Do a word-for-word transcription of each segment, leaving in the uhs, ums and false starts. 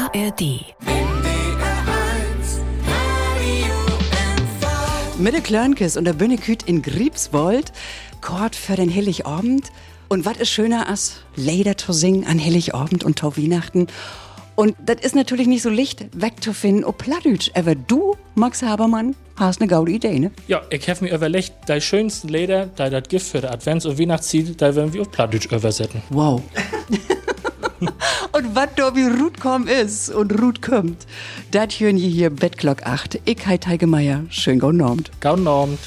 A R D. Mit der Klörnkes und der Bünneküt in Griebswold, Kort für den Heiligabend. Und was ist schöner als Lieder zu singen an Heiligabend und zu Weihnachten? Und das ist natürlich nicht so leicht wegzufinden, ob Plattdeutsch. Aber du, Max Habermann, hast eine gute Idee, ne? Ja, ich habe mir überlegt, die schönsten Lieder, die das Gift für die Advents- und Weihnachtszeit, da werden wir auf Plattdeutsch übersetzen. Wow. Und was da wie Ruth kommen ist und Ruth kommt, das hören wir hier Bettglock acht. Ich heiße Heike Meier. Schön guten Abend. Guten Abend.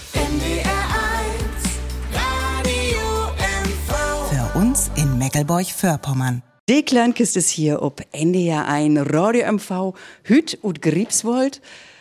Für uns in Meckelburg-Vorpommern. Die Klörnkist ist hier ob N D R eins Radio M V, Hüt und Griebswold.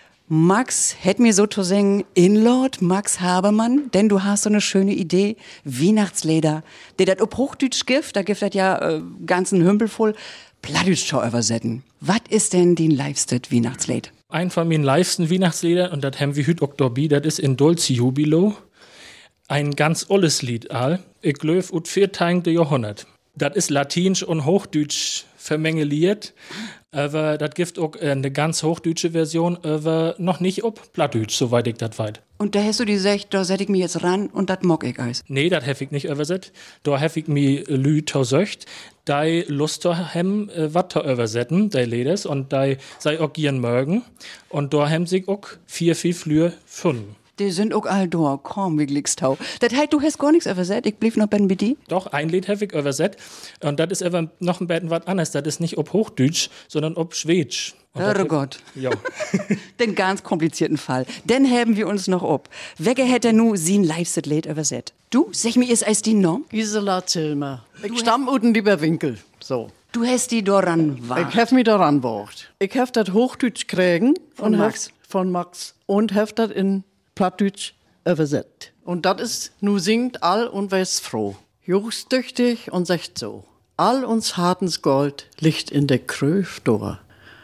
Max hätt mir so zu singen, Inlord Max Habermann, denn du hast so eine schöne Idee, Weihnachtsleder, der dat ob Hochdeutsch gift, da gibt das ja äh, ganzen Hümpel voll, Plattdeutsch zu übersetzen. Was ist denn dein liebstes Weihnachtslied? Ein von meinen liebsten Weihnachtsliedern, und das haben wir hüt Oktober, das ist in Dulci Jubilo, ein ganz olles Lied all, ich glöf ut vierzehnte Jahrhundert. Das ist Latinsch und Hochdeutsch vermengeliert, aber das gibt auch eine ganz hochdeutsche Version, aber noch nicht ob Plattdeutsch, soweit ich das weiß. Und da hast du dir gesagt, da setz ich mich jetzt ran und das mock ich eis. Nee, das hef ich nicht übersetzt. Da hef ich mi lü söcht, die Lust zu haben, wat zu übersetzen, die Ledes, und die sei auch gern mögen. Und da haben sich auch vier, vier Flühe gefunden. Die sind auch all da, komm, wie glickstau. Das heißt, du hast gar nichts übersetzt, ich blieb noch bei dir? Doch, ein Lied habe ich übersetzt. Und das ist aber noch ein bisschen was anderes. Das ist nicht ob Hochdeutsch, sondern ob Schwedisch. Herrgott. Ja. Den ganz komplizierten Fall. Den haben wir uns noch ob. Wege hätte nu sin liebstes Lied übersetzt. Du, sag mir, ist als die Norm? Gisela Zilmer. Ich stamm uten Lieberwinkel. So. Du hast die daran wahr. Ich hef mich daran gebracht. Ich hef das Hochdeutsch kriegen. Von und Max. Hef, von Max. Und hef das in Plattdeutsch übersetzt. Und das ist, nu singt all und wär's froh. Juchstüchtig und secht so. All uns hartens Gold liegt in der Kröf dor.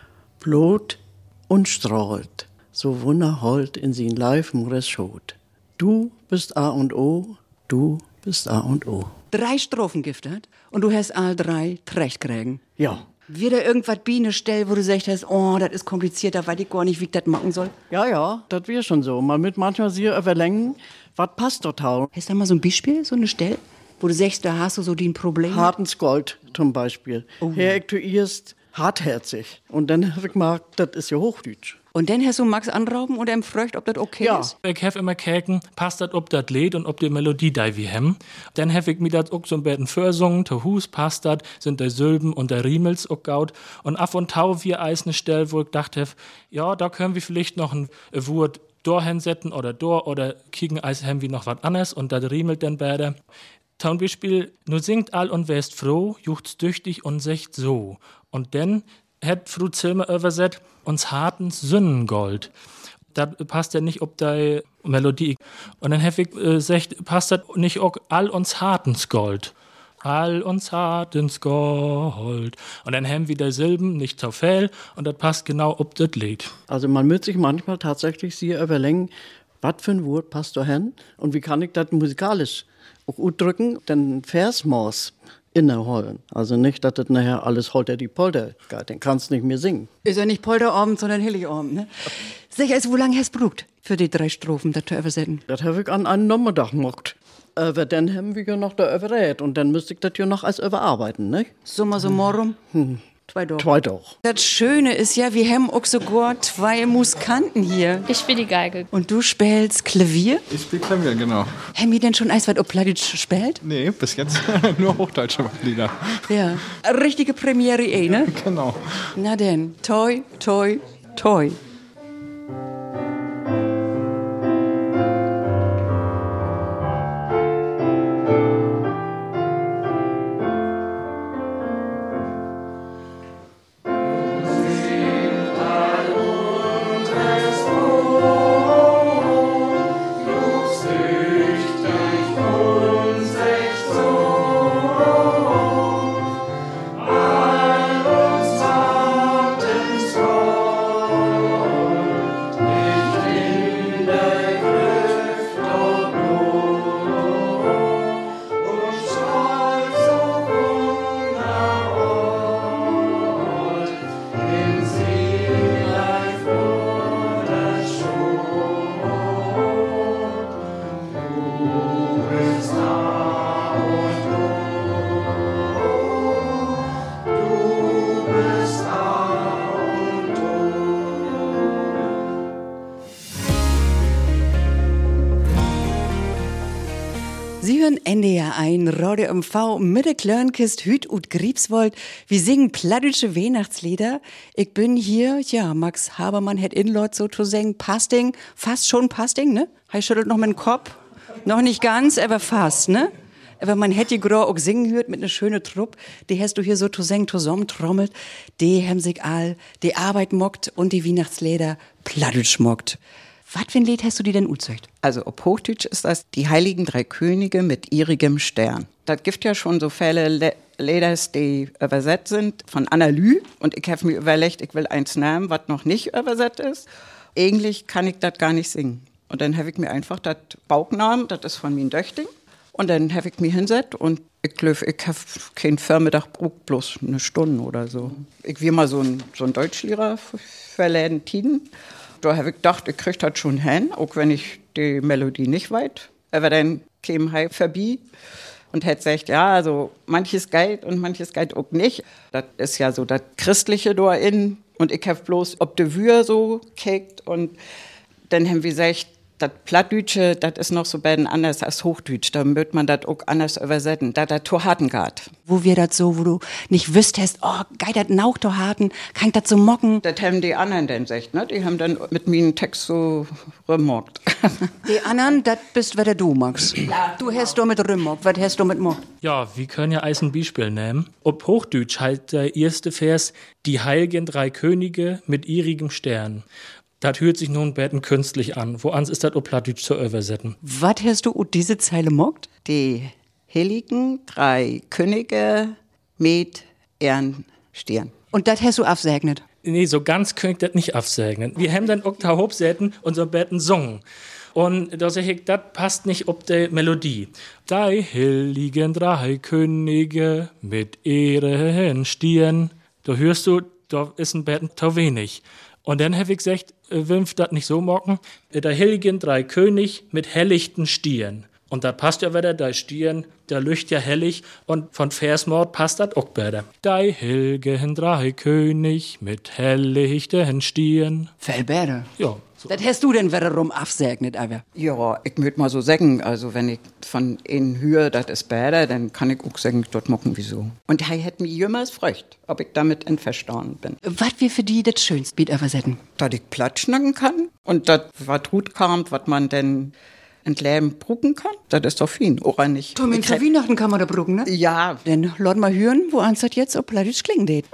Blut und strahlt, so wunderhold in sin Leib mures Schot. Du bist A und O, du bist A und O. Drei Strophen giftet und du hast all drei recht kriegen. Ja. Wird da irgendwas Biene stell, wo du sagst, hast, oh, das ist kompliziert, da weiß ich gar nicht, wie ich das machen soll? Ja, ja, das wär schon so. Man mit manchmal sehr überlängen, was passt dort hau. Hast du da mal so ein Beispiel, so eine Stelle, wo du sagst, da hast du so die ein Problem? Hartens Gold zum Beispiel. Oh. Her ich zuerst hartherzig. Und dann hab ich gemerkt, das ist ja Hochdeutsch. Und dann hast du Max anrauben und er fragt, ob das okay Ja. ist? Ich hef immer käken, passt das ob das Lied und ob die Melodie da wie hem. Dann hef ich mir das auch so ein bisschen vorsungen, to Hus passt das, sind die Silben und der Riemels auch gaut. Und af und tau wir eis ne Stelle, wo ich dachte, ja, da können wir vielleicht noch ein Wort dorhin setzen oder dor oder kicken eis hem wie noch was anderes und das riemelt dann beide. Zum Beispiel, nu singt all und wärst froh, jucht's düchtig und secht so. Und dann hat Frau Zilmer übersetzt, uns hartens Sünnengold. Das passt ja nicht ob die Melodie. Und dann habe ich äh, gesagt, passt das nicht auch all uns hartens Gold. All uns hartens Gold. Und dann haben wir die Silben nicht so viel und das passt genau ob das Lied. Also man müsste sich manchmal tatsächlich sehr überlegen, was für ein Wort passt da hin und wie kann ich das musikalisch auch ausdrücken, den Versmaß inneholen. Also nicht, dass das nachher alles holter die Polter geht, dann kannst du nicht mehr singen. Ist ja nicht Polterabend, sondern Heiligabend, ne? Sag, also, wo lange hast du gebraucht für die drei Strophen, das zu übersetzen? Das habe ich an einem Nachmittag gemacht. Aber dann haben wir ja noch da überredet und dann müsste ich das ja noch als überarbeiten, ne? Summa summarum, hm. zwei Tage. Zwei Tage. Das Schöne ist ja, wir haben auch sogar zwei Musikanten hier. Ich spiele die Geige. Und du spielst Klavier? Ich spiele Klavier, genau. Haben wir denn schon eins, was auf Plattdeutsch spielt? Nee, bis jetzt nur hochdeutsche Lieder. Ja. Eine richtige Premiere, eh, ne? Genau. Na denn, toi, toi, toi. All uns hartens Gold hören N D R ein, Radio M V, mit der Klörnkist Hüt und Griebswold. Wir singen plattdeutsche Weihnachtslieder. Ich bin hier, ja, Max Habermann hat Inlord so zu singen, Pasting, fast schon Pasting, ne? Er schüttelt noch mit dem Kopf. Noch nicht ganz, aber fast, ne? Aber man hätte gerade auch singen gehört mit ne schöne Trupp. Die hast du hier so zu singen, zusammen trommelt. Die haben sich all die Arbeit mockt und die Weihnachtslieder plattdeutsch mockt. Was für ein Lied hast du dir denn uzeugt? Also auf Hochdeutsch ist das die Heiligen Drei Könige mit ihrigem Stern. Das gibt ja schon so viele Le- Lieder, die übersetzt sind von Anna Lü. Und ich habe mir überlegt, ich will eins nehmen, was noch nicht übersetzt ist. Eigentlich kann ich das gar nicht singen. Und dann habe ich mir einfach das Bauch genommen, das ist von mir ein Döchting. Und dann habe ich mich hinsetzt und ich glaube, ich habe keinen Vormittag gebraucht, bloß eine Stunde oder so. Ich will mal so ein, so ein Deutschlehrer verläden Tiden. Da habe ich gedacht, ich kriege das schon hin, auch wenn ich die Melodie nicht weiß. Aber dann kam er vorbei und hat gesagt, ja, also manches geht und manches geht auch nicht. Das ist ja so das Christliche da in. Und ich habe bloß ob de Wür so gekickt. Und dann haben wir gesagt, das Plattdeutsche, das ist noch so beiden anders als Hochdeutsch. Da wird man das auch anders übersetzen. Da das Torhaten geht. Wo wir das so, wo du nicht wüsstest, oh, geil, das Nauch Torhaten, kann ich das so mocken? Das haben die anderen dann gesagt, ne? Die haben dann mit mir einen Text so remockt. Die anderen, das bist, wer du magst. Ja, du hast doch mit remockt, was hast du mit mockt? Ja, wir können ja eins ein Beispiel nehmen. Ob Hochdeutsch halt der erste Vers, die Heiligen Drei Könige mit ihrigem Stern. Das hört sich nun betten künstlich an. Woans ist das auf Plattdeutsch zu übersetzen? Was hast du und diese Zeile mockt? Die Heiligen Drei Könige mit ihren Stirn. Und das hast du absegnet? Nee, so ganz kann ich das nicht absegnen. Wir haben dann auch da Hauptsäten unser Betten sungen. Und da sag ich, das passt nicht auf die Melodie. Die Heiligen Drei Könige mit ihren Stirn. Da hörst du, da ist ein Betten zu wenig. Und dann habe ich gesagt, Wilmf das nicht so mocken, der Heiligen Drei König mit hellichten Stieren. Und da passt ja wieder, der Stieren, der lücht ja hellig und von Versmord passt das auch besser. Die Heiligen Drei König mit hellichten Stieren. Viel besser. Ja. So. Das hast du denn wiederum absegnet, aber? Ja, ich möchte mal so sagen, also wenn ich von ihnen höre, das ist besser, dann kann ich auch sagen, dort mocken wieso. Und er hat mich jemals gefragt, ob ich damit einverstanden bin. Was wir für die das schönste Bild übersetzen? Dass ich Platt schnacken kann und das, was gut kommt, was man denn entleben brucken kann, das ist doch fein, oder nicht? Tom, in zu Weihnachten kann man da brucken, ne? Ja. Dann lass mal hören, wo uns das jetzt auf Plattdeutsch klingen geht.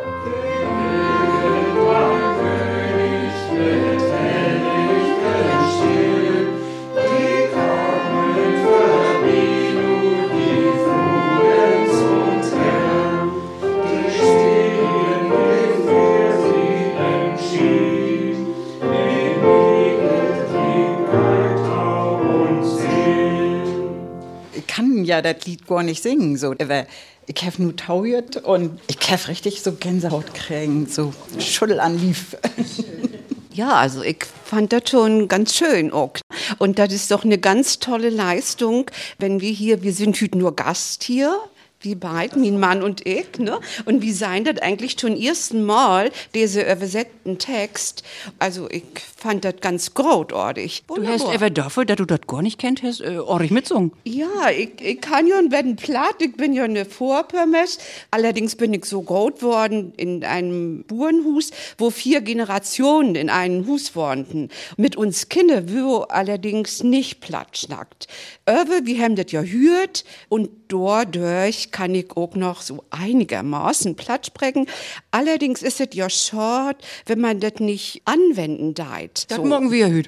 Ja, das Lied gar nicht singen, so. Aber ich habe nur tauert und ich habe richtig so Gänsehaut kriegen, so Schuddel an Lief. Ja, also ich fand das schon ganz schön auch. Und das ist doch eine ganz tolle Leistung, wenn wir hier, wir sind heute nur Gast hier, wie beide, mein Mann und ich, ne? Und wir seien das eigentlich schon ersten Mal, diese übersetzten Text. Also ich fand das ganz großartig. Du hast ever dafür, dass du das gar nicht kennt, hast, äh, ordentlich mitsungen. Ja, ich, ich kann ja ein bisschen platt, ich bin ja eine Vorpömmes. Allerdings bin ich so groß worden in einem Bauernhus, wo vier Generationen in einem Hus wohnten. Mit uns Kinder, wo allerdings nicht platt schnackt. Aber wir haben das ja gehört und dadurch kann ich auch noch so einigermaßen platt sprechen. Allerdings ist es ja schade, wenn man das nicht anwenden deit. Das so. Morgen wir hüt.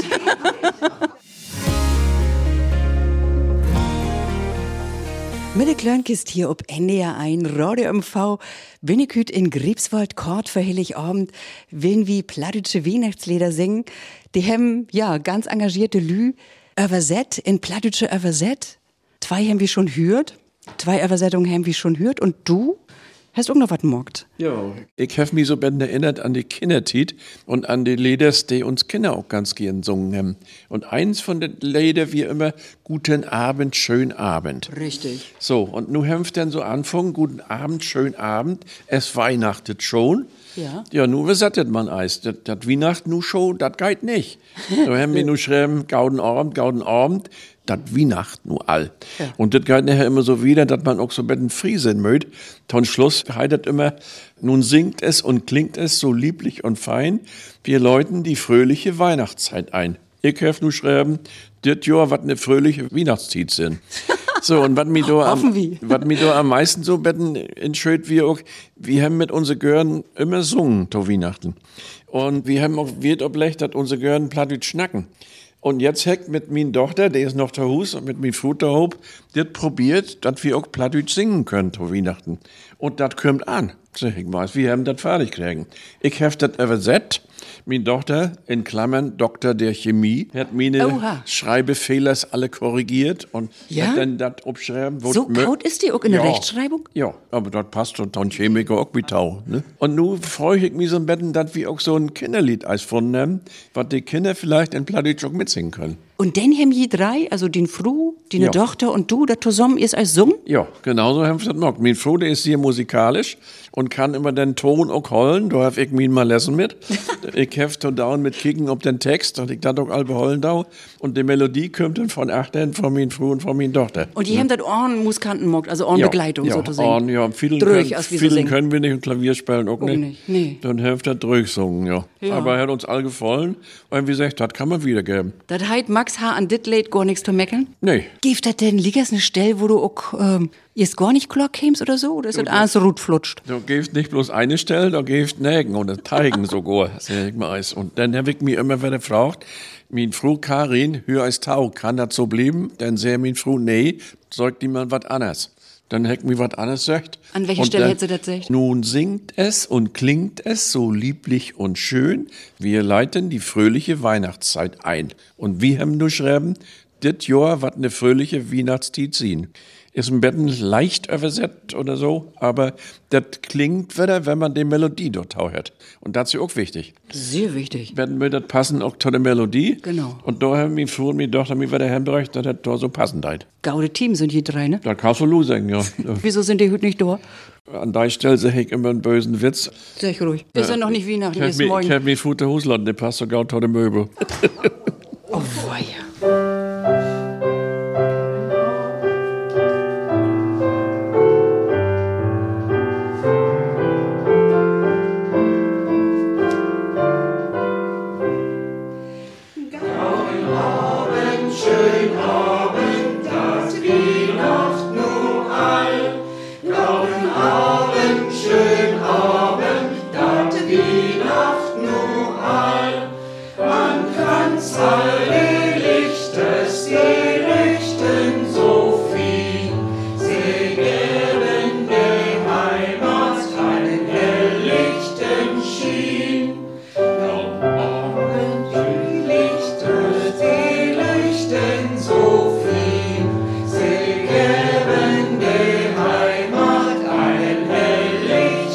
Mit der Klörnkist hier ob N D R ein, Radio M V, bin ich hüt in Griebswold, Kort für Heiligabend, willen wie plattdeutsche Weihnachtslieder singen. Die haben, ja, ganz engagierte Lü, übersetzt, in plattdeutsche übersetzt. Zwei haben wir schon hört, zwei Übersetzungen haben wir schon hört und du hast auch noch was mockt. Ja, ich habe mich so ein erinnert an die Kindertit und an die Lieder, die uns Kinder auch ganz gern gesungen haben. Und eins von den Lieder, wie immer, guten Abend, schönen Abend. Richtig. So, und nun haben wir dann so anfangen, guten Abend, schönen Abend, es weihnachtet schon. Ja. Ja, nu, was sagt man eis? Das Weihnachten nu schon, das geht nicht. Da haben wir nu schreiben, gauden Abend, gauden Abend, das Weihnacht nu all. Ja. Und das geht nachher immer so wieder, dass man auch so ein bisschen frei sein möcht. Zum Schluss heißt immer, nun singt es und klingt es so lieblich und fein, wir läuten die fröhliche Weihnachtszeit ein. Ich hab nu schreiben, dit Jahr wat ne fröhliche Weihnachtszeit sind. So, und was mir da am, was mir da am meisten so betten entschuldigt, wir auch, wir haben mit unseren Gören immer sungen, zu Weihnachten. Und wir haben auch, wird oblecht, dass unsere Gören Plattdeutsch schnacken. Und jetzt heckt mit min Tochter, der ist noch zu Hus, und mit min Frutter hob, das probiert, dass wir auch Plattdeutsch singen können zu Weihnachten. Und das kommt an. Sag ich mal, wir haben das fertig kriegen. Ich hab das übersetzt. Meine Tochter, in Klammern Doktor der Chemie, hat meine Oha. Schreibfehlers alle korrigiert und Ja? hat dann das abschreiben. wo So es mö- kaut ist die auch in der Ja. Rechtschreibung? Ja, aber das passt schon, dann Chemiker auch wie Tau. Ne? Und nun freue ich mich so ein bisschen, dass wir auch so ein Kinderlied als von haben, was die Kinder vielleicht in Plattdeutsch auch mitsingen können. Und dann haben die drei, also den Fru, die Ja. Tochter und du, das zusammen ist als Sung? Ja, genauso haben wir das noch. Mein Frode ist sehr musikalisch und kann immer den Ton auch holen. Da hab ich mich mal lesen mit. Ich hab da down mit kicken ob den Text und ich dann auch alle beholen da. Und die Melodie kommt dann von achtern von mein Frau und von meiner Tochter. Und die haben das Ohren Musikanten gemacht, also Ohren Begleitung ja, sozusagen. Ohren, ja, vielen, Drüch, können, als wir so vielen singen. können wir nicht und Klavier spielen auch, Auch nicht. nicht, nee. Dann hilft das durchsungen, ja. Ja. Aber er hat uns all gefallen. Und wie gesagt, das kann man wiedergeben. Das heißt, Max ha an dit lädt gar nichts zu meckern? Nee. Gibt das denn liegers eine Stelle, wo du auch, ähm, jetzt gar nicht Glock kämst oder so? Oder ist das alles rot flutscht? Du gibst nicht bloß eine Stelle, du gibst Nägen oder Teigen sogar, sag ich mal. Und dann hab ich mich immer wieder gefragt, mein Frau Karin, hör als Tau, kann das so bleiben? Dann sag mein Frau, nee, sagt niemand was anderes. Dann hätt mir was anderes gesagt. An welcher Und Stelle dann, hätt sie das gesagt? Nun singt es und klingt es so lieblich und schön, wir leiten die fröhliche Weihnachtszeit ein. Und wir haben nur schreiben, dit Jahr wat ne fröhliche Weihnachtszeit sehen. Ist ein bisschen leicht übersetzt oder so, aber das klingt wieder, wenn man die Melodie dort hört. Und das ist ja auch wichtig. Sehr wichtig. Werden wir das passen auch zu der Melodie. Genau. Und da haben wir vor mir gedacht, mir wieder hembräucht, dass das da so passend ist. Gaude Team sind die drei, ne? Da kannst du lu sagen, ja. Wieso sind die heute nicht da? An der Stelle sag ich immer einen bösen Witz. Sag ich ruhig. Ist ja noch nicht Weihnachten, Ich ist hab mir, ich morgen. hab mir Futter Husland, der passt sogar zu den Möbel. Oh, weia. Heimat einen helllichten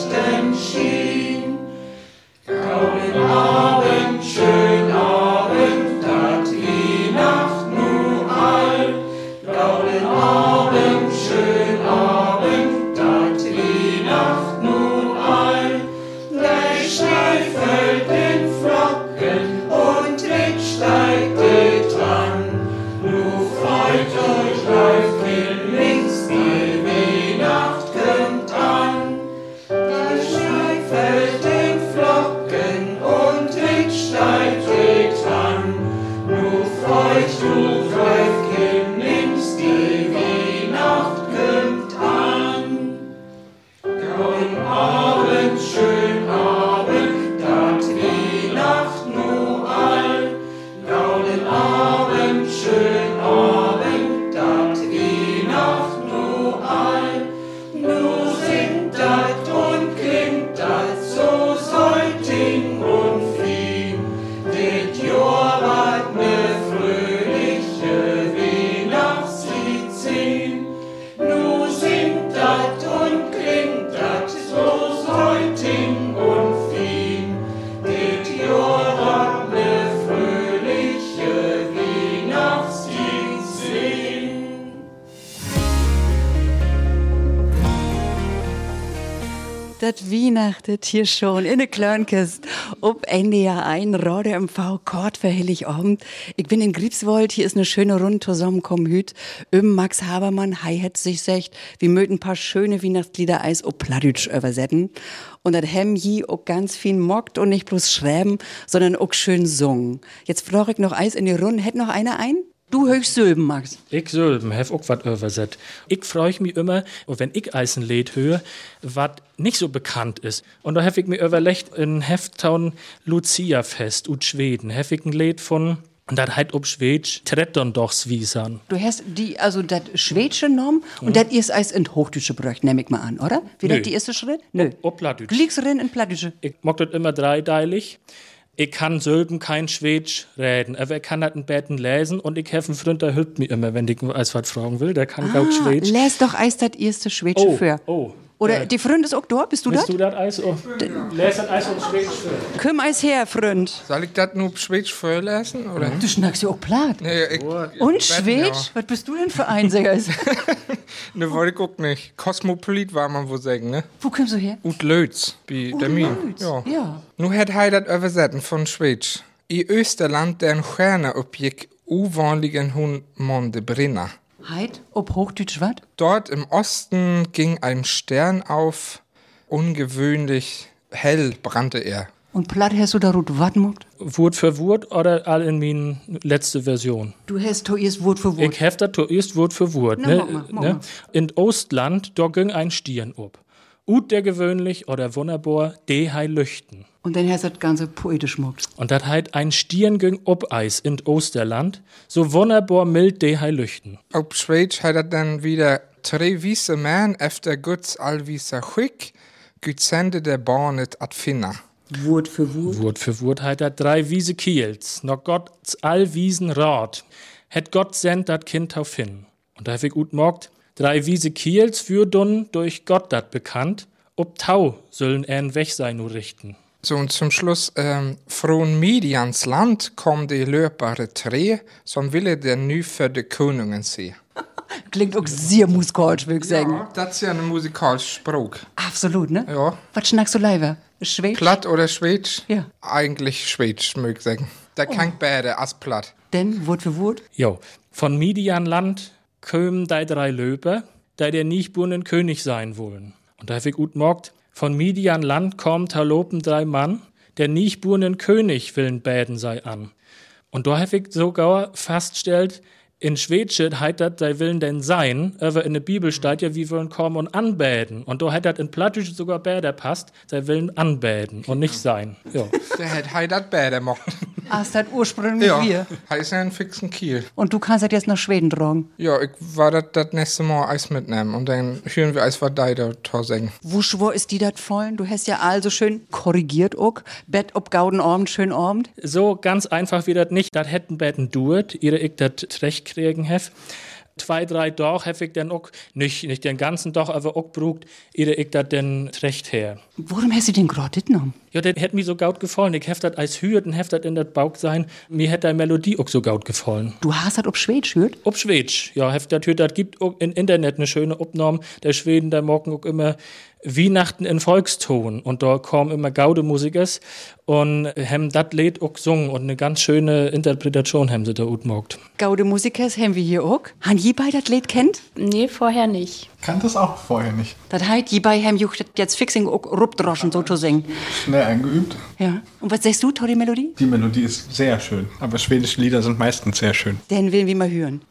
Das Weihnachtet hier schon in der Klörnkist. Ob Ende Jahr ein, Radio M V, Kort für Heiligabend. Ich bin in Griebswold, hier ist eine schöne Runde zusammenkommen hüt. Im Max Habermann, hei het sich secht, wir mögen ein paar schöne Weihnachtslieder eis ob Plattdeutsch übersetzen. Und das hem hier auch ganz viel mockt und nicht bloß schreiben, sondern auch schön sungen. Jetzt frage ich noch eins in die Runde, hätt noch einer ein? Du höchst Sülben, Max. Ich Sülben, hef auch wat übersetzt. Ich freu mich immer, wenn ich Eisen Lied höre, wat nicht so bekannt ist. Und da hef ich mir überlegt, in Heftown Lucia Fest ut Schweden, hef ich ein Lied von, und das halt ob Schwedisch, Trettondorfswiesern. Du hast die, also das schwedische Norm und mhm. das ist als in Hochdeutsche Brüch, nehme ich mal an, oder? Wie das die erste Schritt? Nö. Ob Plattdeutsch. Du liegst drin in Plattdeutsche. Ich mag das immer dreiteilig. Ich kann Sülben kein Schwedisch reden, aber ich kann das in Betten lesen und ich helfe einen Freund, der hilft mir immer, wenn ich als was fragen will, der kann ah, auch Schwedisch. Les doch eis das erste Schwedische oh, für. Oh. Oder ja. die Freund ist auch da, bist du das? Bist du das Eis? Oh. Les das Eis und Schwedisch für. Komm Eis her, Freund. Soll ich das nur Schwedisch vorlesen? Oder? Du schnackst ja auch platt. Nee, ich, ich und Schwedisch? Was bist du denn für ein Sänger? Ne, wollte ich auch nicht. Kosmopolit war man wohl sagen, ne? Wo kommst du her? Ut Lötz, wie der Min. Ja. ja. Nu hat hij das übersetzen von Schwedisch. I Österland der en stjärna uppgick ovanligen hon månde brinna. Heit, ob Hochdeutsch wat? Dort im Osten ging ein Stern auf, ungewöhnlich hell brannte er. Und platt hast du da rot wat mocht? Wort für Wort oder all in min letzte Version? Du hast to erst Wort für Wort. Ich hef das to erst Wort für Wort. Na, ne? mach mal, mach ne? mal. In Ostland, da ging ein Stieren ob. Ut der gewöhnlich oder wunderbar, de hei lüchten. Und dann hast du das Ganze poetisch mocht. Und das heit ein Stieren ging ob Eis in Osterland, so wunderbar mild de hei lüchten. Auf Schwedisch hat er dann wieder tre vise män efter Guds allvisa skick, Gud sände der barnet att finna. Wort für Wort. Wort für Wort heit er drei wiese Kiels, noch Gott's allwiesen Rat, het Gott sendt dat Kind auf hin. Und da hab ich gut mogt, drei wiese Kiels für dun durch Gott dat bekannt, ob Tau sollen ern weg sein nur richten. So, und zum Schluss, ähm, från Midians Land kom de löpare tre, som ville den nyfödde Konungen se. Klingt auch sehr musikalisch, würde ich sagen. Ja, das ist ja ein musikalisches Spruch. Absolut, ne? Ja. Was schnackst du leider? Schwedisch? Platt oder Schwedisch? Ja. Eigentlich Schwedisch, mög ich sagen. Da oh. kann beide als platt. Denn, Wort für Wort? Jo, von Midianland kömen die drei Löper, die der nichtbunden König sein wollen. Und da hab ich gut mogt, von Midianland kommt Halopen drei Mann, der nichtbunden König willen bäden sei an. Und da hab ich sogar feststellt, in Schwedische heit dat, sei willen denn sein, aber in der Bibel steht ja, wie wollen kommen und anbäden. Und da hat dat in Plattdeutsch sogar Bäder passt, sei willen anbäden und nicht sein. Ja. Der hat hei dat Bäder machen. Ah, ist das ursprünglich ja. wir? Hei ist ja ein fixen Kiel. Und du kannst das jetzt nach Schweden tragen? Ja, ich war das das nächste Mal Eis mitnehmen und dann hören wir Eis, was da da sagen. Wo schwor ist die dat vollen? Du hast ja also schön korrigiert auch. Bett ob gauden Abend, schön Abend. So ganz einfach wie das nicht. Das hätten Betten duet, ihre ich das recht kriegen hef. Zwei, drei Doch hef ich dann auch, nicht, nicht den ganzen Doch, aber auch brugt, ihre ich das denn recht her. Warum hast du den gerade genommen? Ja, das hätte mir so gaut gefallen. Ich hef das als hürt und hef das in das Bauch sein. Mir hätte die Melodie auch so gaut gefallen. Du hast das ob Schwedisch hört? Ob Schwedisch, ja, hef das hürt. Das gibt auch im Internet eine schöne Aufnahme. Der Schweden, der morgen auch immer Weihnachten in Volkston. Und da kommen immer gaude Musikers und haben das Lied auch gesungen. Und eine ganz schöne Interpretation haben sie da auch gemacht. Gaude Musikers haben wir hier auch. Han je bei das Lied kennt? Nee, vorher nicht. Kannte es auch vorher nicht. Das heißt, je bei haben juchtet jetzt fixing auch rupdroschen so zu singen. Schnell eingeübt. Ja. Und was sagst du, Tori Melodie? Die Melodie ist sehr schön. Aber schwedische Lieder sind meistens sehr schön. Den will wir mal hören.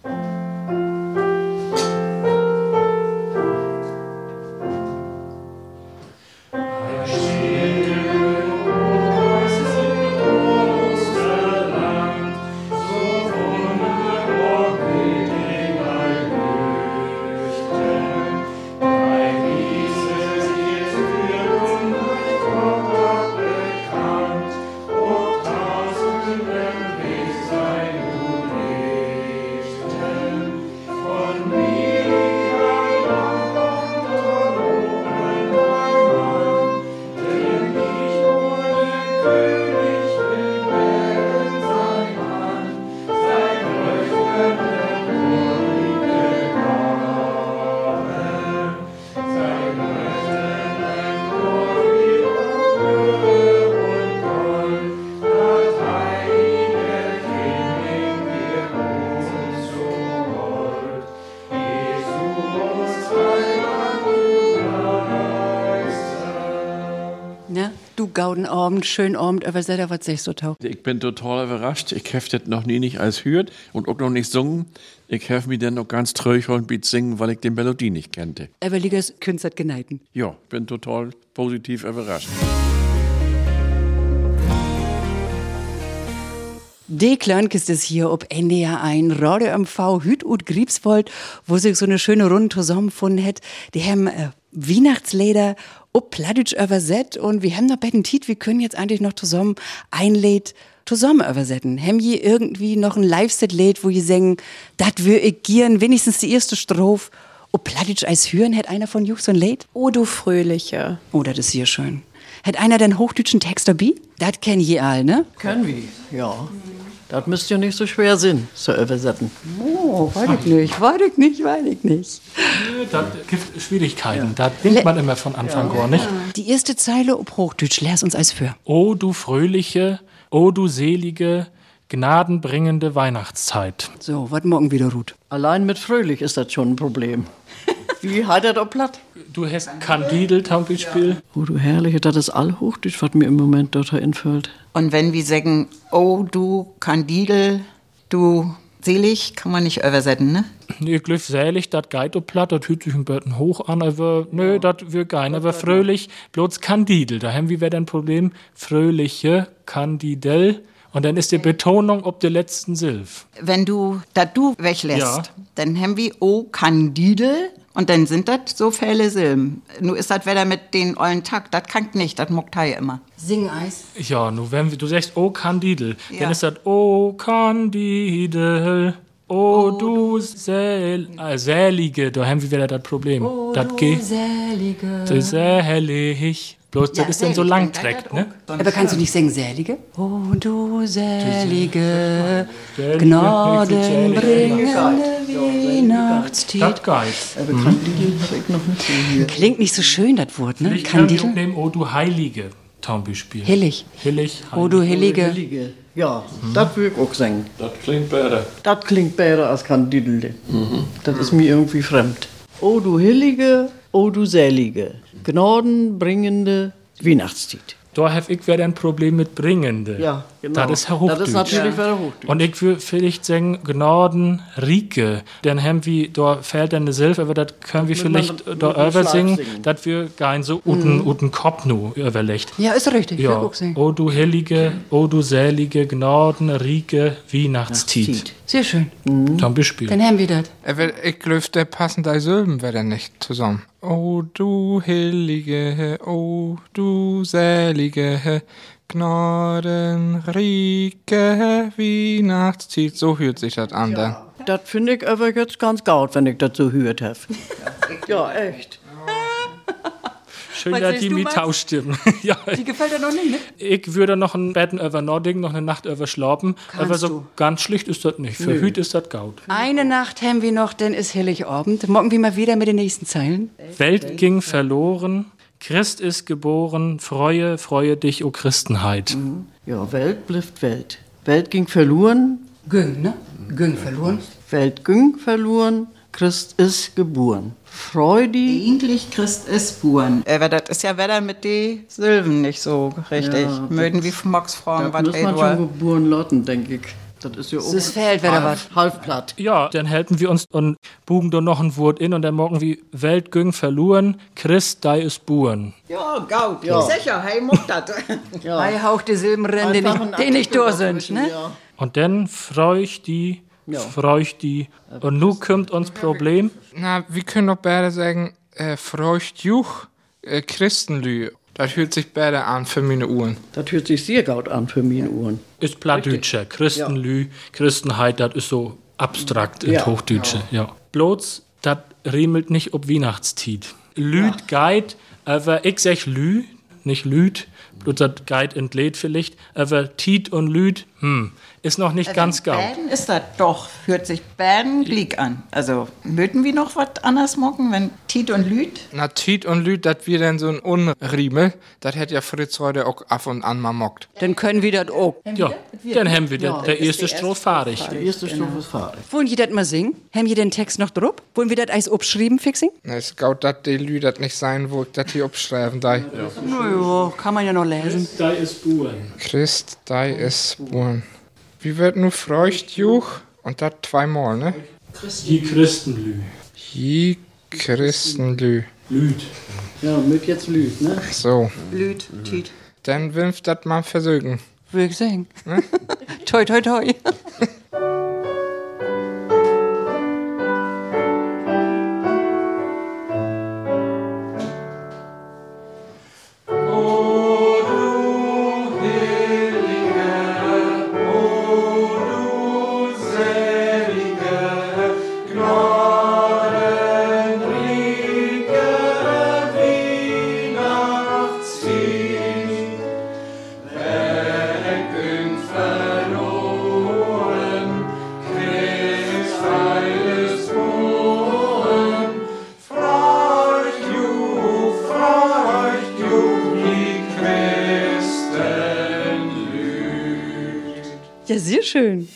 gauden Abend, schönen Abend, übersetzer, was sagst du, Tau? Ich bin total überrascht. Ich habe das noch nie nicht als hört und auch noch nicht sungen. Ich habe mich dann noch ganz traurig und beat singen, weil ich die Melodie nicht kannte. Everliges Künstler geneigten. Ja, bin total positiv überrascht. Die Klörnkiste ist hier ob N D R eins, Radio M V, Hüt und Griebswold, wo sich so eine schöne Runde zusammengefunden hat. Die haben äh, Weihnachtslieder ob Plattdeutsch übersetzt und wir haben noch bei den Tiet, wir können jetzt eigentlich noch zusammen ein Lied zusammen übersetzen. Haben je irgendwie noch ein Live-Set-Lied, wo je sagen, dat will ich gieren, wenigstens die erste Strophe. Ob Plattdeutsch als hören, hat einer von Juch so ein Lied? Oh, du Fröhliche. Oh, das ist hier schön. Hat einer den hochdeutschen Text dabei? Das kennen je all, ne? Können wir, ja. Das müsste ja nicht so schwer sein, zu übersetzen. Oh, weiß ich nicht, weiß ich nicht, weiß ich nicht. Das gibt Schwierigkeiten. Ja. Da denkt man immer von Anfang an, nicht? Die erste Zeile ob Hochdeutsch, lehr's uns als für. O du fröhliche, o du selige, gnadenbringende Weihnachtszeit. So, was morgen wieder, Ruth? Allein mit fröhlich ist das schon ein Problem. Wie hat er doch platt? Du hast Kandidel zum Beispiel. Oh, du Herrliche, das ist allhochdeutsch, was mir im Moment dort einfällt. Und wenn wir sagen, oh, du Kandidel, du selig, kann man nicht übersetzen, ne? Nee, glückselig, das geht ob platt, das hört sich ein bisschen hoch an, aber nö, das wird gein, aber fröhlich, bloß Kandidel. Da haben wir wieder ein Problem. Fröhliche, Kandidel. Und dann ist die Betonung ob der letzten Silf. Wenn du das du weglässt, Ja. dann haben wir o Kandidel und dann sind das so viele Silben. Nur ist das wieder mit den ollen Takt, das kann nicht, das muckt er immer. Sing Eis. Ja, nur wenn du sagst, oh Kandidel, Ja. dann ist das, oh Kandidel, oh, du Sel äh, Selige, da haben wir wieder das Problem. Oh, das du geht, Selige. das ist selig. Bloß Ja, das ist dann so selig, lang dann geht trägt, das ne? auch. Aber kannst du nicht singen, Selige? Oh, du Selige, Selige, gnadenbringende Weihnachtstiet. Das geht. Aber Kandidel habe ich noch nicht gehört. Klingt nicht so schön, das Wort, ne? Ich kann die auch Kandidel. nehmen, oh du Heilige, zum Beispiel. Hillig. Hillig, Oh, du Heilige. Heilige. Ja, das würde ich auch singen. Das klingt besser. Das klingt besser als Kandidel. Das ist mir irgendwie fremd. O du Hillige, o du Selige, gnadenbringende Weihnachtstiet. Da habe ich wieder ein Problem mit Bringende. Ja, genau. Das ist Hochdeutsch. Das ist natürlich wieder Hochdeutsch. Und ich würde vielleicht sagen, Gnaden, Rieke. Dann haben wir, da fehlt dann eine Silbe, aber das können wir Mit vielleicht einem- da mit einem übersingen, Schlag singen. dass wir gar so uten, uten Kopf nu überlegt. Ja, ist richtig. Ja, will auch singen. o du Heilige, o du Selige, Gnaden, Rieke, Weihnachtstiet. Sehr schön. Zum Beispiel. Dann haben wir das. Aber ich glaube, der passen die Silben wieder nicht zusammen. O du Heilige, o du Selige, gnadenrike Weihnachtszeit. So hört sich das an. Dann. Das finde ich aber jetzt ganz gut, wenn ich das so gehört habe. Ja, echt. Schön, Was dass siehst die du, mit Max? Tauschstimmen. Ja, Die gefällt dir noch nicht, ne? ich würde noch ein Betten über Nording, noch eine Nacht über schlafen. Aber so du. ganz schlicht ist das nicht. Für Hüt ist das gaut. Eine Nacht haben wir noch, dann ist Heiligabend. Morgen wir mal wieder mit den nächsten Zeilen. Welt ging verloren, Christ ist geboren, freue, freue dich, o Christenheit. Ja, Welt bleibt Welt. Welt ging verloren, Güng, ne? Güng verloren. Welt ging verloren, Christ ist geboren. Freudi. Eigentlich Christ ist Buren. Aber das ist ja wieder mit den Silben nicht so richtig. Ja, das Mögen wie Max fragen, Da was muss man er schon geboren lauten, denke ich. Das ist ja auch Das fehlt wieder was. halb, halb platt. Ja, dann halten wir uns und bugen da noch ein Wort in und dann morgen wie Welt ging verloren, Christ dei ist buren. Ja, gaut. Ja. Sicher, hey, muckt das. Bei Hauch die Silbenrennen, die Einfach nicht, ein die nicht durch sind, Artikel ne? ja. Und dann freu ich die, Ja. freu ich die. Und nu kommt uns Problem. Na, wir können doch beide sagen, äh, freucht juch äh, Christenlü. Das hört sich besser an für meine Uhren. Das hört sich sehr gut an für meine Ohren. Ist Plattdeutscher. Christenlü, Christenheit, das ist so abstrakt in Ja. Hochdeutsche. Ja. Bloß, das riemelt nicht ob Weihnachtstiet. Lüd geit, aber ich sag Lü, nicht Lüd, bloß das geit entlädt vielleicht, aber Tiet und Lüd Hm, ist noch nicht Also ganz gaut. Baden ist das doch, hört sich Baden glick an. Also, möchten wir noch was anders machen, wenn Tiet und Lüt? Na, Tiet und Lüt, das wir denn so ein Unriemel, das hätte ja Fritz heute auch ab und an mal mockt. Dann können wir das auch. Ja, dann haben wir den, der erste Strophe fertig. Die erste Strophe ist fertig. Wollen wir das mal singen? Haben wir den Text noch drauf? Wollen wir das alles abschreiben, Fixing? Na, es gaut dat die Lü, das nicht sein, wo ich das hier abschreiben da. Naja, kann man ja noch lesen. Da ist Buren. Christ, dei ist born. Wie wird nu freucht juch? Und das zweimal, ne? Die Christenlü. Je Christenlü. Lüd. Ja, mit jetzt Lüd, ne? So, Lüt, Tiet. dann wilf dat mal versögen. Würde ich sagen. toi, toi, toi. Ja, sehr schön.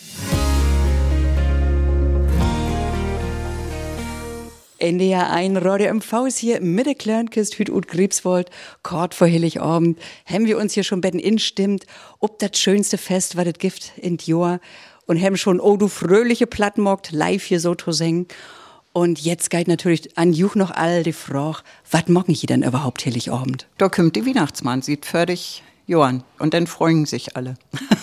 N D R eins Radio M V ist hier mit der Kleinkist Hüt und Griebswold. Kort vor Heiligabend haben wir uns hier schon betten instimmt, ob das schönste Fest, was das gibt in Jahr. Und haben schon Oh du fröhliche Plattmockt live hier so zu singen. Und jetzt geht natürlich an Juch noch all die Frage, was mocken die denn überhaupt Heiligabend? Da kommt die Weihnachtsmann, sieht fertig Johann. Und dann freuen sich alle.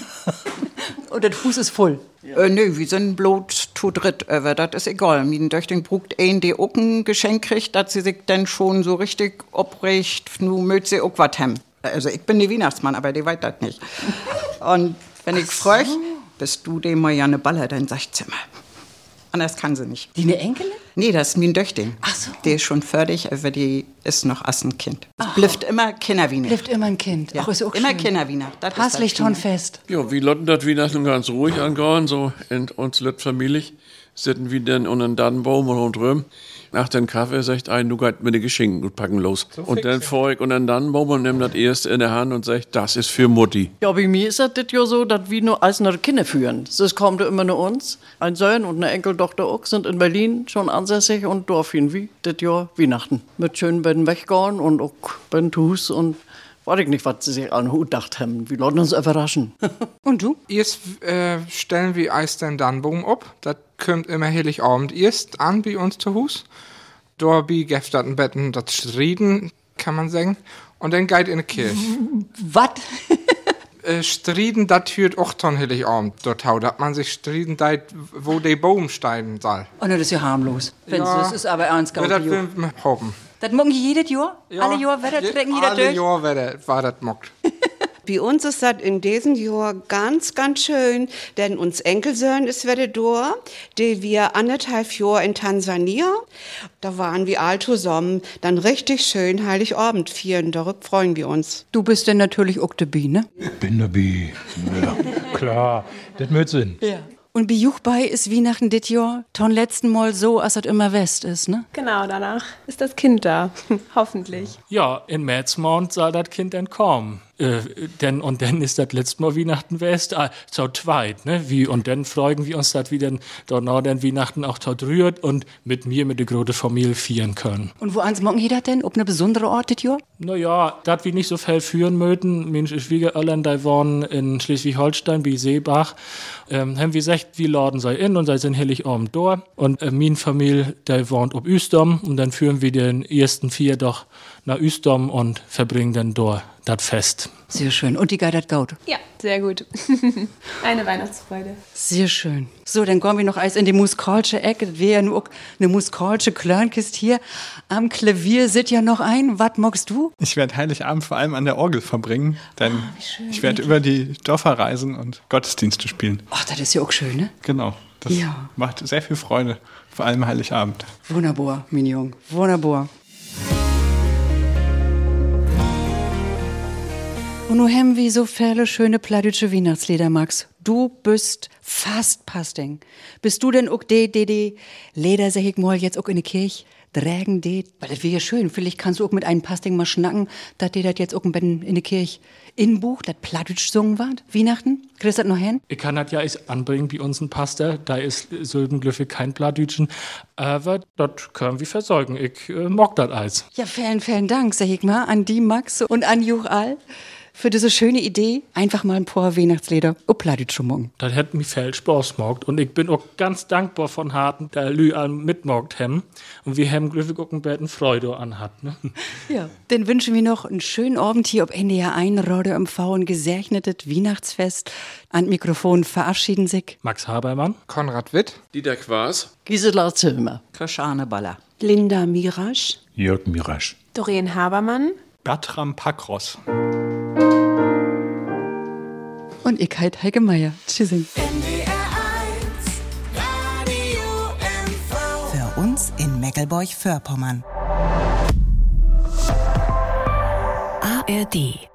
Und das Fuß ist voll. Äh, nö, wir sind bloß zu dritt, aber das ist egal. Mein Töchting brugt ein, die auch ein Geschenk kriegt, dass sie sich dann schon so richtig obricht, nu mögt sie auch was haben. Also ich bin die Weihnachtsmann, aber die weiß das nicht. Und wenn ich so. frage, bist du dem mal ja eine Baller, dann sagt sie immer. Anders kann sie nicht. Die eine Enkelin? Nee, das ist mein Töchting. Ach so. Die ist schon fertig, aber die ist noch erst ein Kind. Blifft immer Kinderwiener. Blifft immer ein Kind. Ja. Ach, ist auch immer schön. Kinderwiener. Das ist Passlich das Schöne. fest. Ja, wir lotten das Weihnachten ganz ruhig angehen, so in uns Lütt Familie. Sitzen wir dann unter den Dannenbaum und rundherum. Nach dem Kaffee sagt ein, du gehst mit den Geschenken und packen los. So und dann fahr ich unter den Dannenbaum und nimm das erste in der Hand und sag, das ist für Mutti. Ja, bei mir ist das ja so, dass wir nur als eine Kinder führen. Das kommt ja immer nur uns. Ein Sohn und eine Enkeltochter auch sind in Berlin schon ansässig und dürfen wie das Jahr Weihnachten. Mit schön bei den Weggehen und auch bei den Hus und weiß ich nicht, was sie sich an den Hut gedacht haben. Wir lassen uns überraschen. Und du? Erst äh, stellen wir Eis den Dannenbaum ab. Das kommt immer Heiligabend erst an bei uns zu Hus. Da bi geft dat ein Betten, das Striden, kann man sagen. Und dann geht in die Kirche. Was? äh, Striden, das führt auch dann Heiligabend dort, dass man sich striden deit, wo der Baum steigen soll. Oh, ne, das ist ja harmlos. Wenn's, Ja. Das ist aber ernst, Ja, das will man hoffen. Das morgen jedes Jahr? Ja. Alle Jahr Wetter Je- trinken jeder Alle durch? Jahr Wetter war das mockt. Bei uns ist das in diesem Jahr ganz, ganz schön, denn uns Enkelsöhn ist wieder da, die wir anderthalb Jahre in Tansania, da waren wir all zusammen, dann richtig schön Heiligabend feiern, darüber freuen wir uns. Du bist denn natürlich auch dabei, ne? Bin dabei. Ja, klar, das macht Sinn. Ja. Und bei Juch bei ist Weihnachten dit Jahr ton letzten Mal so, als das immer West ist, ne? Genau, danach ist das Kind da. Hoffentlich. Ja, in Märzmond soll das Kind dann kommen. Äh, denn, und dann ist das letzte Mal Weihnachten West, ah, so zweit, ne? Wie, und dann freuen wir uns, dass wir dann dort noch den Weihnachten auch dort rührt und mit mir, mit der großen Familie feiern können. Und wo ans morgen jeder denn? Ob eine besondere Ort dit Jahr? Naja, dat wir nicht so viel führen möchten. Meine Schwiegereltern, die wohnen in Schleswig-Holstein, bei Seebach. Ähm, haben wir gesagt, wir laden sei in und sei sind Heiligabend da. Und äh, meine Familie, die wohnt ob Üstom. Und dann führen wir den ersten vier doch nach Üstom und verbringen dann dort das Fest. Sehr schön. Und die geidert gaut. Ja, sehr gut. Eine Weihnachtsfreude. Sehr schön. So, dann kommen wir noch eins in die musikalsche Ecke. Das wäre ja nur auch eine musikalsche Kleinkist hier. Am Klavier sitzt ja noch ein. Was magst du? Ich werde Heiligabend vor allem an der Orgel verbringen, denn Ah, wie schön. ich werde über die Dörfer reisen und Gottesdienste spielen. Ach, das ist ja auch schön, ne? Genau, das Ja. macht sehr viel Freude, vor allem Heiligabend. Wunderbar, mein Junge. Wunderbar. Und nun haben wir so viele schöne plattdeutsche Weihnachtslieder, Max. Du bist fast Pasting. Bist du denn auch de, de, de Leder, sag ich mal, jetzt auch in die Kirche? Drägen de, weil das wäre ja schön. Vielleicht kannst du auch mit einem Pasting mal schnacken, dass die das jetzt auch in die Kirche in Buch, das plattdeutsch gesungen wird, Weihnachten. Kriegst du das noch hin? Ich kann das ja ist anbringen wie uns ein Pastor, da ist Sylbenglüffel kein Plattdeutschen, aber das können wir versorgen. Ich äh, mag das alles. Ja, vielen, vielen Dank, sag ich mal, an die Max und an Juchal für diese schöne Idee, einfach mal ein paar Weihnachtslieder auf Plattdeutsch zu machen. Das hat mir viel Spaß gemacht und ich bin auch ganz dankbar von Harten, der Lü an mitmogt haben und wir haben glücklich auch ein bisschen Freude anhat. Ne? Ja. Dann wünschen wir noch einen schönen Abend hier auf N D R eins Radio M V, ein gesegnetes Weihnachtsfest. An Mikrofon verabschieden sich Max Habermann, Konrad Witt, Dieter Quaas, Gisela Zilmer, Christiane Baller, Linda Mirasch, Jörg Mirasch, Doreen Habermann, Bertram Pakros. und ich halt Heike Meier. Tschüssing. Für uns in Meckelburg-Vorpommern. A R D